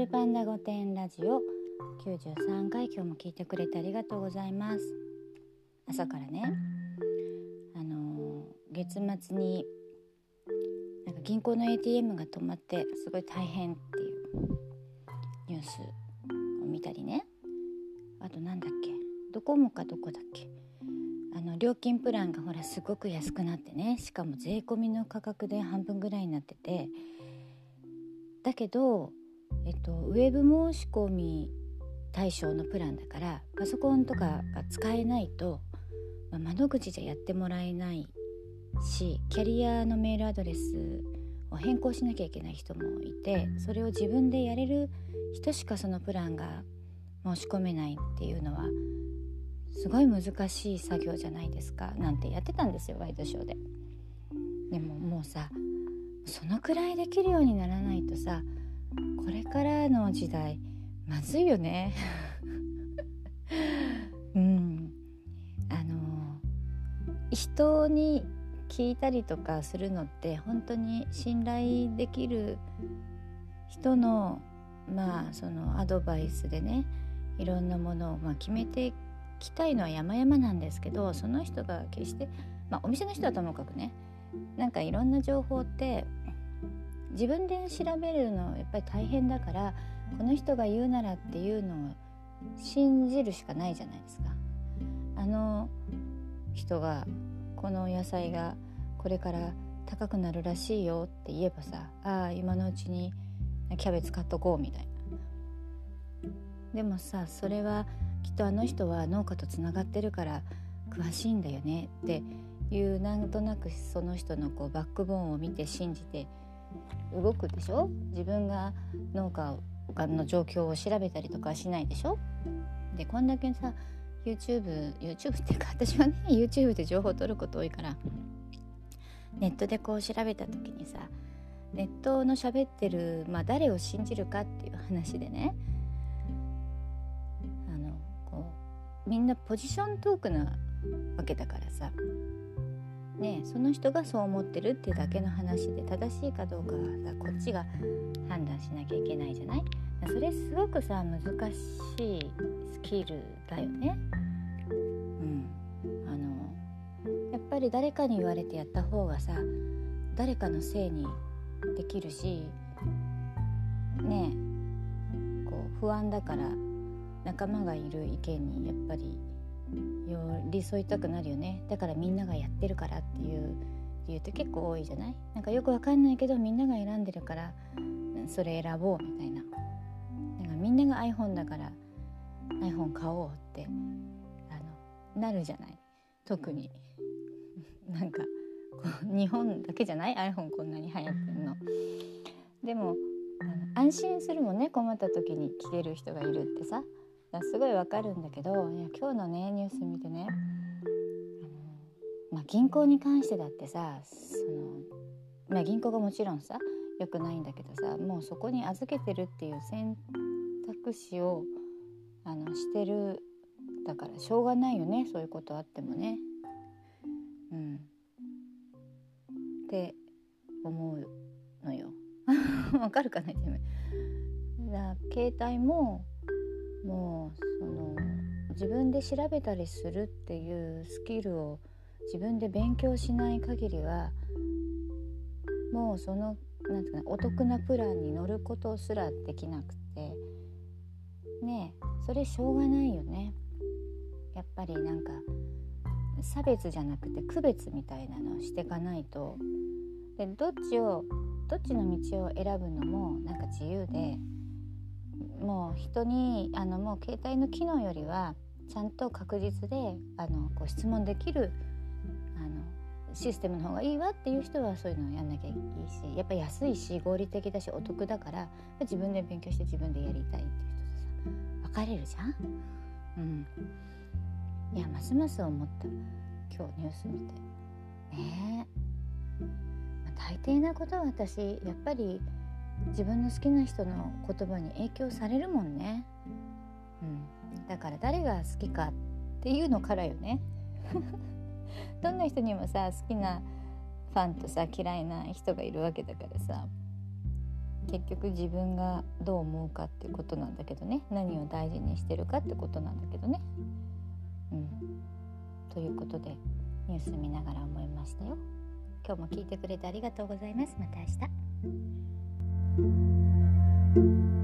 パンダ御殿ラジオ93回、今日も聞いてくれてありがとうございます。朝からね、月末になんか銀行の ATM が止まってすごい大変っていうニュースを見たりね、あとなんだっけ、ドコモかどこだっけ、料金プランがほらすごく安くなってね、しかも税込みの価格で半分ぐらいになってて、だけど、ウェブ申し込み対象のプランだからパソコンとかが使えないと、窓口じゃやってもらえないし、キャリアのメールアドレスを変更しなきゃいけない人もいて、それを自分でやれる人しかそのプランが申し込めないっていうのはすごい難しい作業じゃないですか、なんてやってたんですよ、ワイドショーで。でももうさ、そのくらいできるようにならないとさ、これからの時代まずいよね人に聞いたりとかするのって本当に信頼できる人のそのアドバイスでね、いろんなものを決めていきたいのは山々なんですけど、その人が決して、お店の人はともかくね、なんかいろんな情報って自分で調べるのやっぱり大変だから、この人が言うならっていうのを信じるしかないじゃないですか。あの人がこの野菜がこれから高くなるらしいよって言えばさ、今のうちにキャベツ買っとこうみたいな。でもさ、それはきっとあの人は農家とつながってるから詳しいんだよねっていう、なんとなくその人のバックボーンを見て信じて動くでしょ。自分が農家の状況を調べたりとかしないでしょ。でこんだけさ、YouTube っていうか、私はね YouTube で情報を取ること多いから、ネットで調べた時にさ、ネットの喋ってる、誰を信じるかっていう話でね、みんなポジショントークなわけだからさ、その人がそう思ってるっていうだけの話で、正しいかどうかはさ、こっちが判断しなきゃいけないじゃない。それすごくさ、難しいスキルだよね。やっぱり誰かに言われてやった方がさ、誰かのせいにできるし不安だから、仲間がいる意見にやっぱり寄り添いたくなるよね。だからみんながやってるからっていう理由って結構多いじゃない。なんかよくわかんないけどみんなが選んでるからそれ選ぼうみたいな。なんかみんなが iPhone だから iPhone 買おうってなるじゃない。特になんか日本だけじゃない iPhone こんなに流行ってるの。でも安心するもんね、困った時に聞ける人がいるってさ。すごいわかるんだけど、今日のねニュース見てね、銀行に関してだってさ、銀行がもちろんさ良くないんだけどさ、もうそこに預けてるっていう選択肢をしてる、だからしょうがないよね、そういうことあってもね。って思うのよわかるかな。携帯ももう自分で調べたりするっていうスキルを自分で勉強しない限りは、もうなんていうかな、お得なプランに乗ることすらできなくてそれしょうがないよね。やっぱりなんか差別じゃなくて区別みたいなのをしていかないと。でどっちの道を選ぶのもなんか自由で、もう人にもう携帯の機能よりはちゃんと確実で質問できるシステムの方がいいわっていう人はそういうのをやんなきゃいいし、やっぱ安いし合理的だしお得だから自分で勉強して自分でやりたいっていう人とさ分かれるじゃん。いやますます思った、今日ニュース見て大抵なことは私やっぱり自分の好きな人の言葉に影響されるもんね。だから誰が好きかっていうのからよねどんな人にもさ、好きなファンとさ嫌いな人がいるわけだからさ、 結局自分がどう思うかっていうことなんだけどね、何を大事にしてるかってことなんだけどね。ということでニュース見ながら思いましたよ。今日も聞いてくれてありがとうございます。また明日。